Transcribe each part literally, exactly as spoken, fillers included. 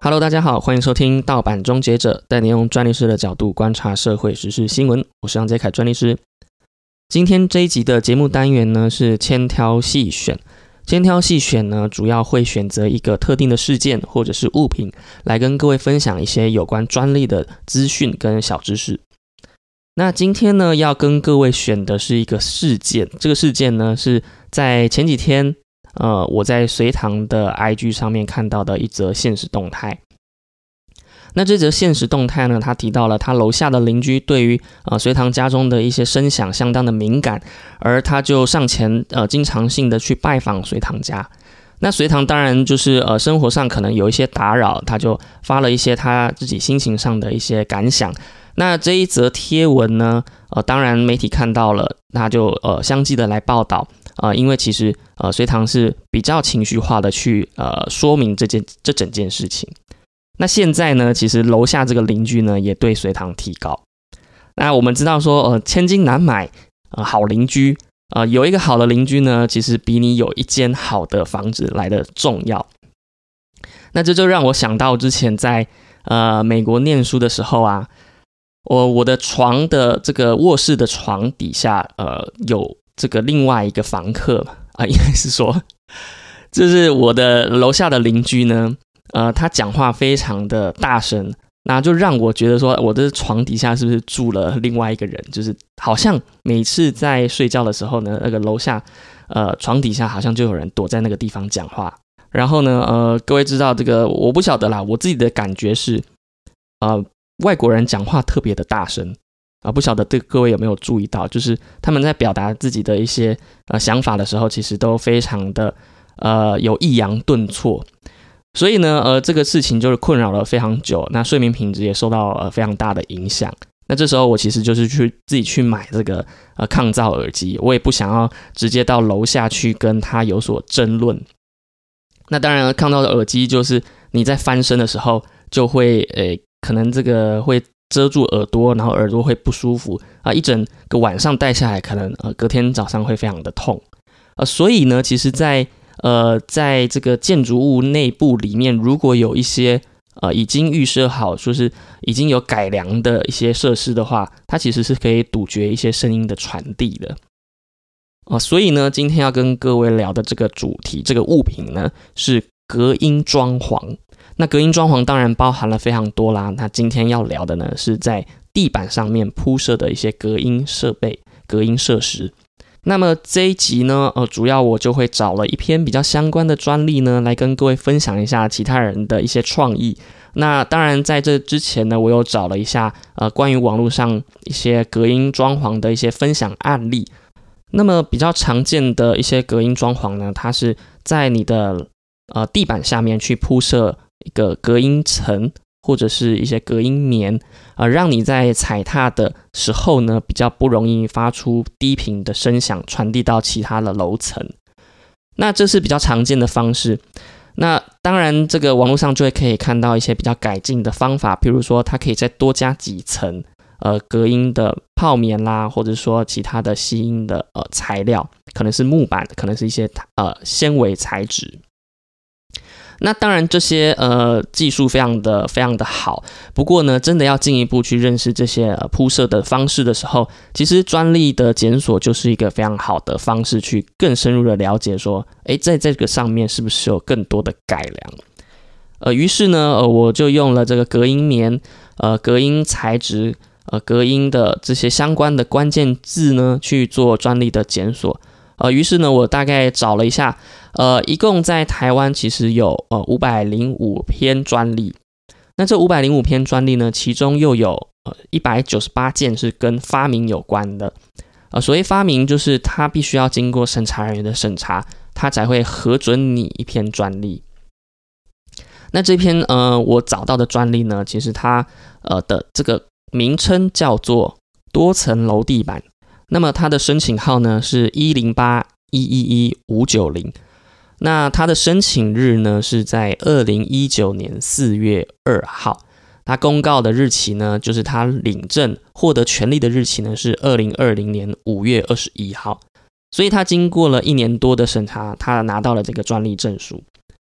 Hello， 大家好，欢迎收听盗版终结者，带你用专利师的角度观察社会时事新闻。我是杨杰凯专利师。今天这一集的节目单元呢是千挑细选。千挑细选呢，主要会选择一个特定的事件或者是物品，来跟各位分享一些有关专利的资讯跟小知识。那今天呢，要跟各位选的是一个事件，这个事件呢是在前几天。呃，我在隋唐的 I G 上面看到的一则限时动态。那这则限时动态呢，他提到了他楼下的邻居对于呃隋唐家中的一些声响相当的敏感，而他就上前呃经常性的去拜访隋唐家。那隋唐当然就是呃生活上可能有一些打扰，他就发了一些他自己心情上的一些感想。那这一则贴文呢，呃，当然媒体看到了，那就呃相继的来报道。呃，因为其实呃，隋唐是比较情绪化的去呃说明这件这整件事情。那现在呢，其实楼下这个邻居呢也对隋唐提告。那我们知道说，呃，千金难买呃好邻居，呃，有一个好的邻居呢，其实比你有一间好的房子来的重要。那这就让我想到之前在呃美国念书的时候啊，我我的床的这个卧室的床底下呃有。这个另外一个房客啊、呃，应该是说，就是我的楼下的邻居呢，呃，他讲话非常的大声，那就让我觉得说，我的床底下是不是住了另外一个人？就是好像每次在睡觉的时候呢，那个楼下，呃，床底下好像就有人躲在那个地方讲话。然后呢，呃，各位知道这个，我不晓得啦，我自己的感觉是，呃，外国人讲话特别的大声。啊，不晓得对各位有没有注意到，就是他们在表达自己的一些呃想法的时候，其实都非常的呃有抑扬顿挫，所以呢，呃，这个事情就是困扰了非常久，那睡眠品质也受到呃非常大的影响。那这时候我其实就是去自己去买这个呃抗噪耳机，我也不想要直接到楼下去跟他有所争论。那当然，抗噪的耳机就是你在翻身的时候就会呃可能这个会。遮住耳朵，然后耳朵会不舒服啊，一整个晚上戴下来，可能呃隔天早上会非常的痛，呃，所以呢，其实在呃在这个建筑物内部里面，如果有一些呃已经预设好，就是已经有改良的一些设施的话，它其实是可以杜绝一些声音的传递的。啊、呃，所以呢，今天要跟各位聊的这个主题，这个物品呢是隔音装潢。那隔音装潢当然包含了非常多啦。那今天要聊的呢，是在地板上面铺设的一些隔音设备、隔音设施。那么这一集呢，呃，主要我就会找了一篇比较相关的专利呢，来跟各位分享一下其他人的一些创意。那当然在这之前呢，我有找了一下呃关于网络上一些隔音装潢的一些分享案例。那么比较常见的一些隔音装潢呢，它是在你的呃地板下面去铺设一个隔音层或者是一些隔音棉，呃，让你在踩踏的时候呢，比较不容易发出低频的声响传递到其他的楼层。那这是比较常见的方式。那当然，这个网络上就会可以看到一些比较改进的方法，比如说它可以再多加几层呃隔音的泡棉啦，或者说其他的吸音的呃材料，可能是木板，可能是一些呃纤维材质。那当然，这些呃技术非常的非常的好。不过呢，真的要进一步去认识这些呃铺设的方式的时候，其实专利的检索就是一个非常好的方式，去更深入的了解说，哎，在这个上面是不是有更多的改良？呃，于是呢，呃，我就用了这个隔音棉、呃隔音材质、呃隔音的这些相关的关键字呢，去做专利的检索。呃，于是呢，我大概找了一下，呃，一共在台湾其实有呃五百零五篇专利。那这五百零五篇专利呢，其中又有呃一百九十八件是跟发明有关的。呃，所谓发明，就是它必须要经过审查人员的审查，它才会核准你一篇专利。那这篇呃我找到的专利呢，其实它呃的这个名称叫做多层楼地板。那么它的申请号呢是一零八一一一五九零，那它的申请日呢是在二零一九年四月二号，它公告的日期呢就是它领证获得权利的日期呢是二零二零年五月二十一号，所以它经过了一年多的审查，它拿到了这个专利证书。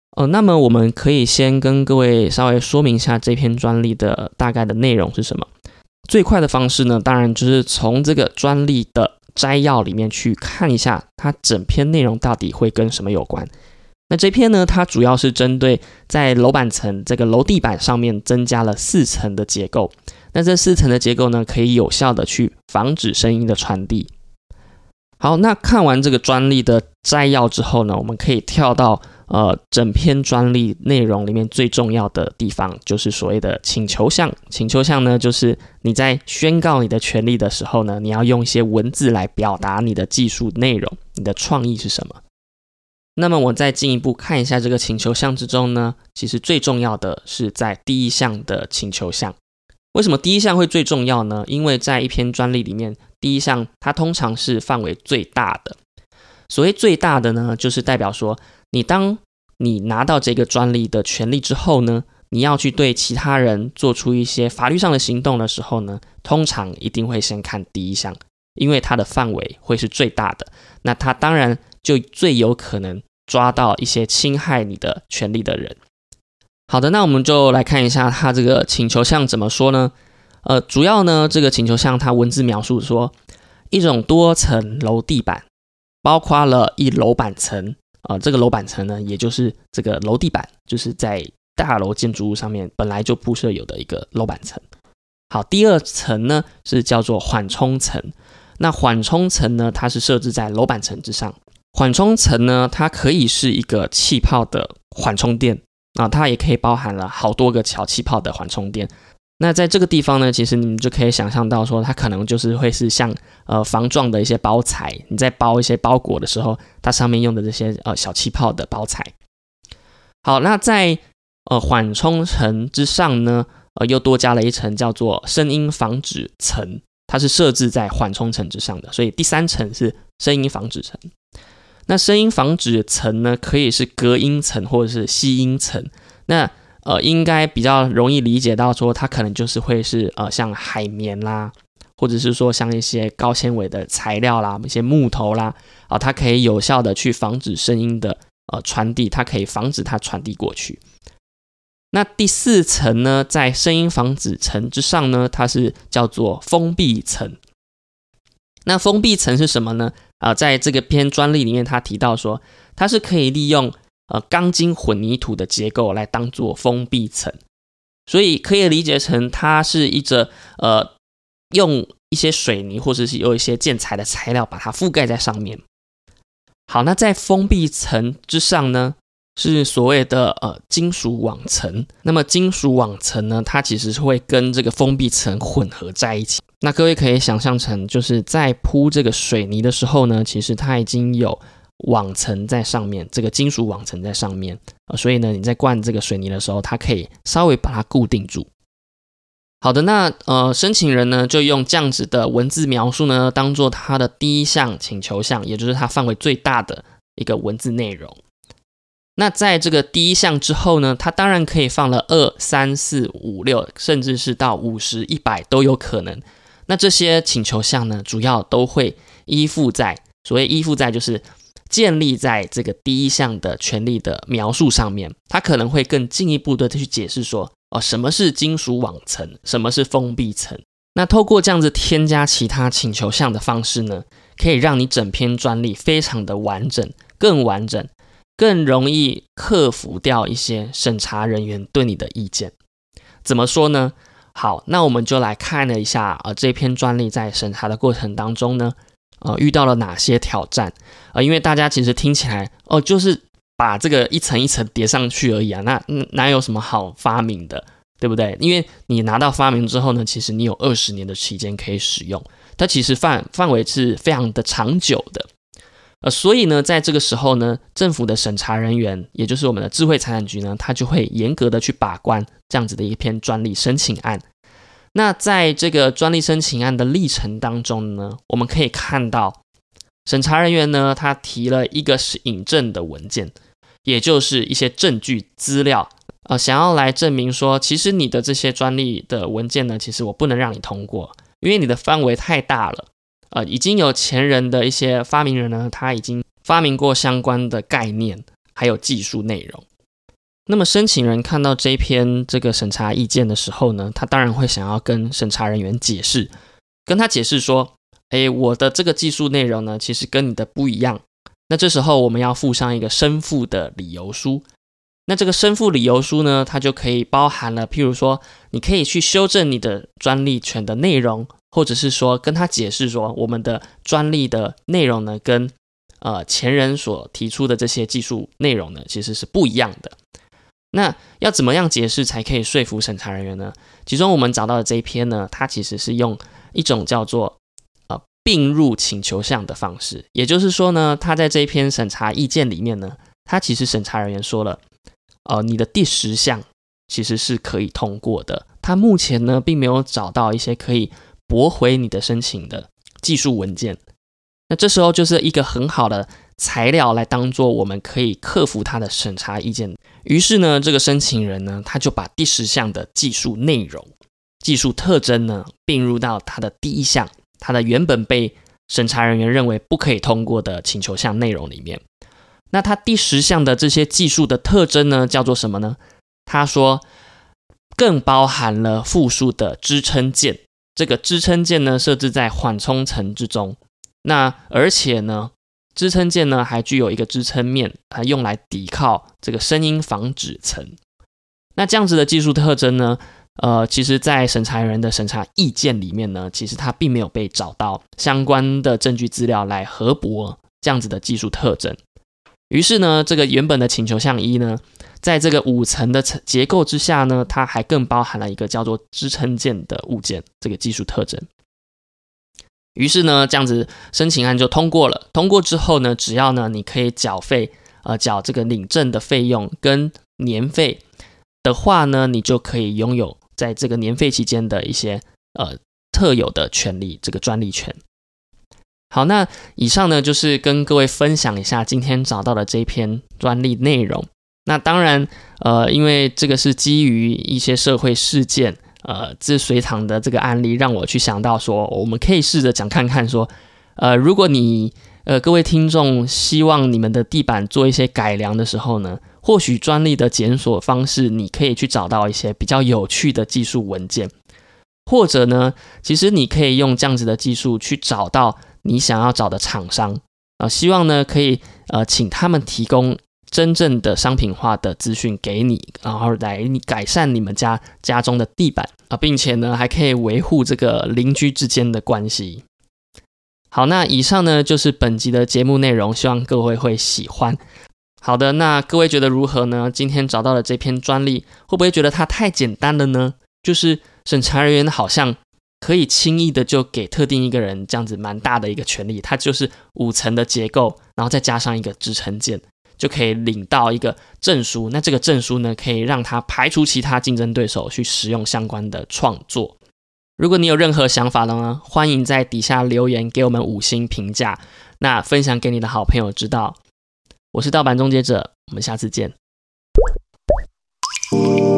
呃，那么我们可以先跟各位稍微说明一下这篇专利的大概的内容是什么。最快的方式呢，当然就是从这个专利的摘要里面去看一下它整篇内容到底会跟什么有关。那这篇呢，它主要是针对在楼板层这个楼地板上面增加了四层的结构。那这四层的结构呢，可以有效的去防止声音的传递。好，那看完这个专利的摘要之后呢，我们可以跳到呃整篇专利内容里面最重要的地方，就是所谓的请求项。请求项呢，就是你在宣告你的权利的时候呢，你要用一些文字来表达你的技术内容，你的创意是什么。那么我再进一步看一下这个请求项之中呢，其实最重要的是在第一项的请求项。为什么第一项会最重要呢？因为在一篇专利里面，第一项它通常是范围最大的。所谓最大的呢，就是代表说，你当你拿到这个专利的权利之后呢，你要去对其他人做出一些法律上的行动的时候呢，通常一定会先看第一项，因为它的范围会是最大的。那它当然就最有可能抓到一些侵害你的权利的人。好的，那我们就来看一下它这个请求项怎么说呢？呃，主要呢，这个请求项它文字描述说，一种多层楼地板，包括了一楼板层，呃，这个楼板层呢，也就是这个楼地板，就是在大楼建筑物上面本来就铺设有的一个楼板层。好，第二层呢是叫做缓冲层。那缓冲层呢，它是设置在楼板层之上。缓冲层呢，它可以是一个气泡的缓冲垫啊，它也可以包含了好多个小气泡的缓冲垫。那在这个地方呢，其实你们就可以想象到说，它可能就是会是像呃防撞的一些包材，你在包一些包裹的时候，它上面用的这些呃小气泡的包材。好，那在呃缓冲层之上呢，呃又多加了一层叫做声音防止层，它是设置在缓冲层之上的，所以第三层是声音防止层。那声音防止层呢，可以是隔音层或者是吸音层。那呃，应该比较容易理解到说，它可能就是会是呃像海绵啦，或者是说像一些高纤维的材料啦，一些木头啦，啊、呃，它可以有效的去防止声音的呃传递，它可以防止它传递过去。那第四层呢，在声音防止层之上呢，它是叫做封闭层。那封闭层是什么呢？啊、呃，在这个篇专利里面，他提到说，它是可以利用呃钢筋混凝土的结构来当做封闭层，所以可以理解成它是一个呃用一些水泥或者是有一些建材的材料把它覆盖在上面。好，那在封闭层之上呢，是所谓的呃金属网层。那么金属网层呢，它其实是会跟这个封闭层混合在一起。那各位可以想象成，就是在铺这个水泥的时候呢，其实它已经有网层在上面，这个金属网层在上面、呃、所以呢，你在灌这个水泥的时候，它可以稍微把它固定住。好的，那呃，申请人呢就用这样子的文字描述呢，当做他的第一项请求项，也就是它范围最大的一个文字内容。那在这个第一项之后呢，它当然可以放了二、三、四、五、六，甚至是到五十、一百都有可能。那这些请求项呢，主要都会依附在，所谓依附在就是建立在这个第一项的权利的描述上面。它可能会更进一步的去解释说，哦，什么是金属网层，什么是封闭层。那透过这样子添加其他请求项的方式呢，可以让你整篇专利非常的完整，更完整，更容易克服掉一些审查人员对你的意见。怎么说呢？好，那我们就来看了一下呃这篇专利在审查的过程当中呢，呃遇到了哪些挑战。呃因为大家其实听起来哦就是把这个一层一层叠上去而已啊，那哪有什么好发明的，对不对？因为你拿到发明之后呢，其实你有二十年的期间可以使用，它其实范范围是非常的长久的。呃，所以呢，在这个时候呢，政府的审查人员，也就是我们的智慧财产局呢，他就会严格的去把关这样子的一篇专利申请案。那在这个专利申请案的历程当中呢，我们可以看到，审查人员呢，他提了一个是引证的文件，也就是一些证据资料，呃，想要来证明说，其实你的这些专利的文件呢，其实我不能让你通过，因为你的范围太大了。呃，已经有前人的一些发明人呢，他已经发明过相关的概念，还有技术内容。 那么申请人看到这篇这个审查意见的时候呢，他当然会想要跟审查人员解释，跟他解释说，诶，我的这个技术内容呢，其实跟你的不一样。那这时候我们要附上一个申复的理由书。那这个申复理由书呢，它就可以包含了，譬如说，你可以去修正你的专利权的内容，或者是说跟他解释说，我们的专利的内容呢，跟呃前人所提出的这些技术内容呢，其实是不一样的。那要怎么样解释才可以说服审查人员呢？其中我们找到的这一篇呢，它其实是用一种叫做呃并入请求项的方式，也就是说呢，他在这一篇审查意见里面呢，他其实审查人员说了，呃，你的第十项其实是可以通过的，他目前呢并没有找到一些可以驳回你的申请的技术文件。那这时候就是一个很好的材料来当做我们可以克服他的审查意见。于是呢，这个申请人呢，他就把第十项的技术内容、技术特征呢，并入到他的第一项，他的原本被审查人员认为不可以通过的请求项内容里面。那他第十项的这些技术的特征呢，叫做什么呢？他说，更包含了复数的支撑件，这个支撑件呢，设置在缓冲层之中。那而且呢，支撑件呢还具有一个支撑面，它用来抵靠这个声音防止层。那这样子的技术特征呢，呃，其实在审查人的审查意见里面呢，其实它并没有被找到相关的证据资料来核驳这样子的技术特征。于是呢，这个原本的请求项一呢，在这个五层的结构之下呢，它还更包含了一个叫做支撑件的物件，这个技术特征。于是呢，这样子申请案就通过了。通过之后呢，只要呢你可以缴费，呃，缴这个领证的费用跟年费的话呢，你就可以拥有在这个年费期间的一些呃特有的权利，这个专利权。好，那以上呢就是跟各位分享一下今天找到的这篇专利内容。那当然，呃，因为这个是基于一些社会事件。呃，这随堂的这个案例让我去想到说，我们可以试着讲看看说，呃，如果你呃各位听众希望你们的地板做一些改良的时候呢，或许专利的检索方式，你可以去找到一些比较有趣的技术文件，或者呢，其实你可以用这样子的技术去找到你想要找的厂商啊、呃，希望呢可以呃请他们提供真正的商品化的资讯给你，然后来改善你们家家中的地板啊，并且呢还可以维护这个邻居之间的关系。好，那以上呢就是本集的节目内容，希望各位会喜欢。好的，那各位觉得如何呢？今天找到的这篇专利，会不会觉得它太简单了呢？就是审查人员好像可以轻易的就给特定一个人这样子蛮大的一个权利，它就是五层的结构，然后再加上一个支撑件，就可以领到一个证书。那这个证书呢，可以让他排除其他竞争对手去使用相关的创作。如果你有任何想法的呢，欢迎在底下留言给我们五星评价，那分享给你的好朋友知道。我是盗版终结者，我们下次见。